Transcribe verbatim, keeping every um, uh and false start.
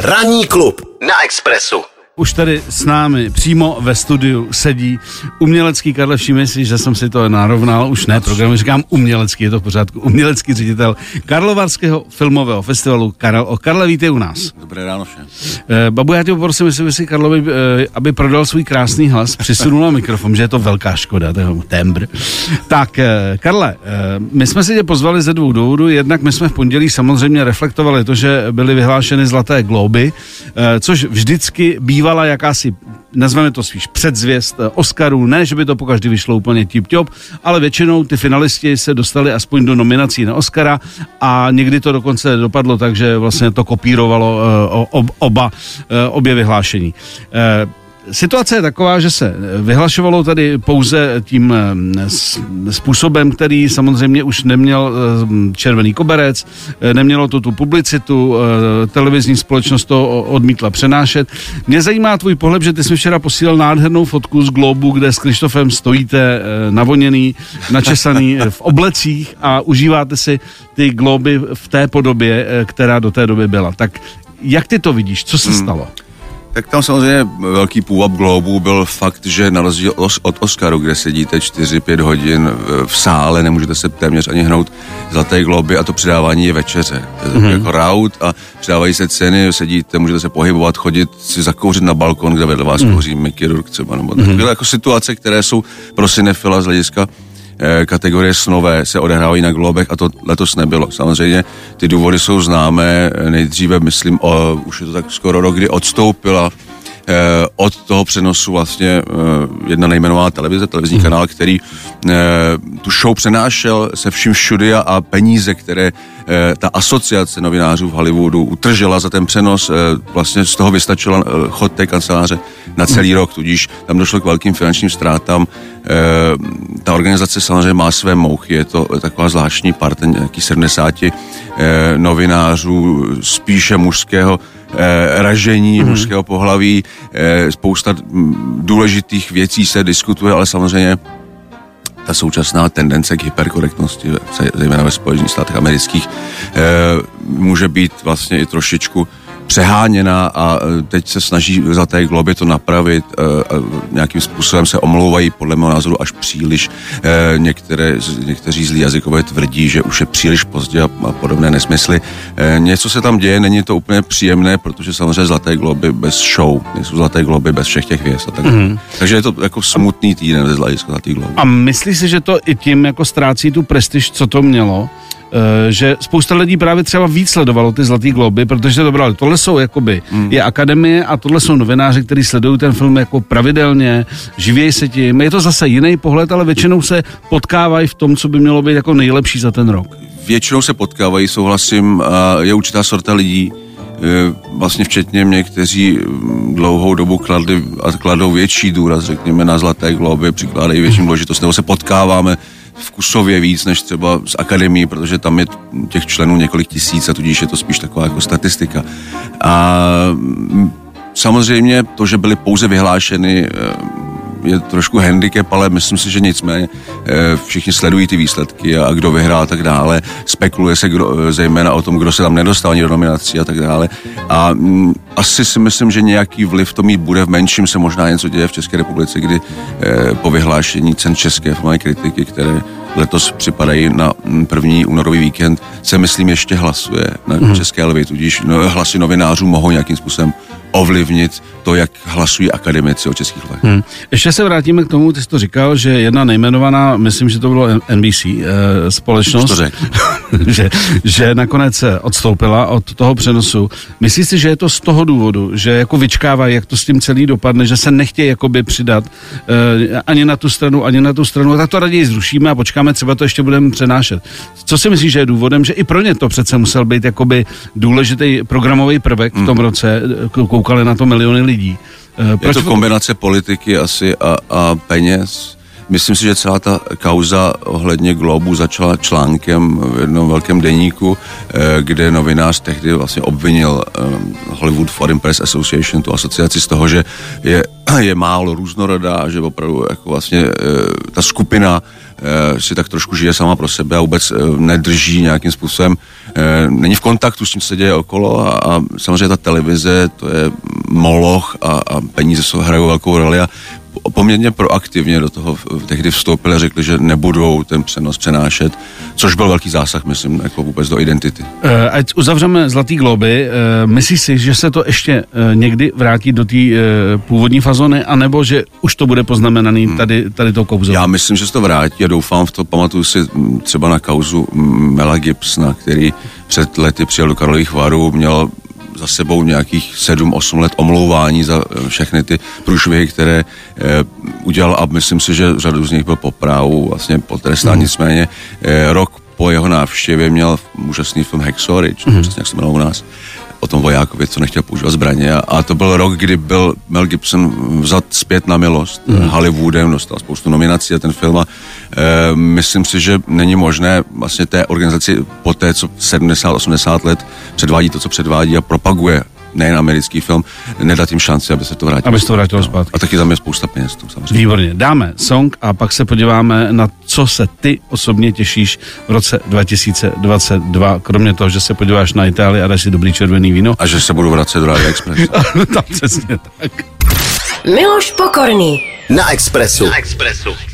Ranní klub na Expressu. Už tady s námi přímo ve studiu sedí umělecký, Karle, všimni si, že jsem si to narovnal, už ne programu, říkám umělecký, je to v pořádku, umělecký ředitel Karlovarského filmového festivalu Karel O. Karle, vítej u nás. Dobré ráno všem. Eh, babu, já tě poprosím, jestli by si Karlovi, eh, aby prodal svůj krásný hlas, přisunul na mikrofon, že je to velká škoda, to je tembr. Tak, eh, Karle, eh, my jsme si tě pozvali ze dvou důvodů, jednak my jsme v pondělí samozřejmě reflektovali to, že byly vyhlášeny Zlaté glóby, eh, což vždycky bývala jakási, nazveme to spíš předzvěst Oscarů, ne, že by to pokaždý vyšlo úplně tip-top, ale většinou ty finalisti se dostali aspoň do nominací na Oscara a někdy to dokonce dopadlo tak, že vlastně to kopírovalo uh, oba, uh, obě vyhlášení. Uh, Situace je taková, že se vyhlašovalo tady pouze tím způsobem, který samozřejmě už neměl červený koberec, nemělo to tu publicitu, televizní společnost to odmítla přenášet. Mě zajímá tvůj pohled, že ty jsi mi včera posílal nádhernou fotku z Globu, kde s Krištofem stojíte navoněný, načesaný v oblecích a užíváte si ty Globy v té podobě, která do té doby byla. Tak jak ty to vidíš? Co se hmm. stalo? Tak tam samozřejmě velký půvab Globu byl fakt, že na rozdíl od Oscaru, kde sedíte čtyři pět hodin v sále, nemůžete se téměř ani hnout, Zlaté globy a to předávání je večeře. Mm-hmm. Jako raut a předávají se ceny, sedíte, můžete se pohybovat, chodit si zakouřit na balkon, kde vedle vás mm-hmm. kouří Mickey Rourke třeba, nebo mm-hmm. takové jako situace, které jsou pro cinefila z hlediska kategorie snové se odehrávají na globech a to letos nebylo. Samozřejmě ty důvody jsou známé. Nejdříve, myslím, o, už je to tak skoro rok, kdy odstoupila eh, od toho přenosu vlastně eh, jedna nejmenovaná televize, televizní hmm. kanál, který eh, tu show přenášel se vším všudy a peníze, které eh, ta asociace novinářů v Hollywoodu utržela za ten přenos, eh, vlastně z toho vystačila eh, chod té kanceláře na celý hmm. rok, tudíž tam došlo k velkým finančním ztrátám. Eh, ta organizace samozřejmě má své mouchy, je to taková zvláštní parta nějaký sedmdesáti eh, novinářů, spíše mužského eh, ražení, mm. mužského pohlaví, eh, spousta důležitých věcí se diskutuje, ale samozřejmě ta současná tendence k hyperkorektnosti, zejména ve Spojených státech amerických, eh, může být vlastně i trošičku přeháněná a teď se snaží za té globy to napravit, nějakým způsobem se omlouvají podle mého názoru až příliš. Některé, někteří zlí jazykové tvrdí, že už je příliš pozdě a podobné nesmysly. Něco se tam děje, není to úplně příjemné, protože samozřejmě Zlaté globy bez show, nejsou Zlaté globy bez všech těch hvězd a tak. Mm-hmm. Takže je to jako smutný týden ze hlediska Zlatých globů. A myslíš si, že to i tím jako ztrácí tu prestiž, co to mělo? Že spousta lidí právě třeba víc sledovalo ty Zlatý globy, protože to brali. Tohle jsou jakoby, mm. je akademie a tohle jsou novináři, kteří sledují ten film jako pravidelně, živějí se tím. Je to zase jiný pohled, ale většinou se potkávají v tom, co by mělo být jako nejlepší za ten rok. Většinou se potkávají, souhlasím, je určitá sorta lidí, vlastně včetně mě, kteří dlouhou dobu kladli a kladou větší důraz, řekněme, na Zlaté globy, přikládají větší důležitost, nebo se potkáváme vkusově víc než třeba z akademií, protože tam je těch členů několik tisíc a tudíž je to spíš taková jako statistika. A samozřejmě to, že byly pouze vyhlášeny, je trošku handicap, ale myslím si, že nicméně všichni sledují ty výsledky a kdo vyhrál a tak dále. Spekuluje se kdo, zejména o tom, kdo se tam nedostal ani do nominací a tak dále. A m, asi si myslím, že nějaký vliv to mít bude. V menším se možná něco děje v České republice, kdy eh, po vyhlášení cen české filmové kritiky, které letos připadají na první únorový víkend, se myslím ještě hlasuje na hmm. České lvy, tudíž no, hlasy novinářů mohou nějakým způsobem ovlivnit to, jak hlasují akademici o českých lvech. Hmm. Ještě se vrátíme k tomu, ty jsi to říkal, že jedna nejmenovaná, myslím, že to bylo N B C eh, společnost, to že, že nakonec odstoupila od toho přenosu. Myslíš si, že je to z toho důvodu, že jako vyčkávají, jak to s tím celý dopadne, že se nechtějí jakoby přidat eh, ani na tu stranu, ani na tu stranu, tak to raději zrušíme a počkáme, třeba to ještě budeme přenášet. Co si myslíš, že je důvodem, že i pro ně to přece musel být jakoby důležitý programový prvek v tom hmm. roce, koukali na to miliony lidí. Proč je to kombinace politiky asi a, a peněz. Myslím si, že celá ta kauza ohledně Globu začala článkem v jednom velkém deníku, kde novinář tehdy vlastně obvinil Hollywood Foreign Press Association, tu asociaci, z toho, že je, je málo různorodá, že opravdu jako vlastně ta skupina e, si tak trošku žije sama pro sebe a vůbec e, nedrží nějakým způsobem, e, není v kontaktu s tím, co se děje okolo a, a samozřejmě ta televize, to je moloch a, a peníze jsou hrajou velkou roli a poměrně proaktivně do toho tehdy vstoupili a řekli, že nebudou ten přenos přenášet, což byl velký zásah, myslím, jako vůbec do identity. Ať uzavřeme Zlatý globy, myslíš si, že se to ještě někdy vrátí do té původní fazony, anebo že už to bude poznamenaný tady, tady tou kouzou? Já myslím, že se to vrátí a doufám v to. Pamatuju si třeba na kauzu Mela Gibsona, který před lety přijel do Karlových Varů, měl za sebou nějakých sedm osm let omlouvání za všechny ty průšvihy, které e, udělal a myslím si, že řadu z nich byl po právu vlastně potrestán. Mm. Nicméně e, rok po jeho návštěvě měl úžasný film Hacksaw, mm. přesně jak se jmenuje u nás, o tom vojákovi, co nechtěl používat zbraně. A, a to byl rok, kdy byl Mel Gibson vzat zpět na milost mm. Hollywoodem, dostal spoustu nominací a ten film a e, myslím si, že není možné vlastně té organizaci po té, co sedmdesát osmdesát let předvádí to, co předvádí a propaguje nejen americký film, nedat jim šanci, aby se to vrátilo. Aby se to vrátilo zpátky. A taky tam je spousta peněz. Tom, samozřejmě. Výborně. Dáme song a pak se podíváme, na co se ty osobně těšíš v roce dva tisíce dvacet dva, kromě toho, že se podíváš na Itálii a dáš si dobrý červený víno. A že se budu vracet do Rádia Express. Tam přesně tak. Miloš Pokorný Na Expressu. Na Expressu.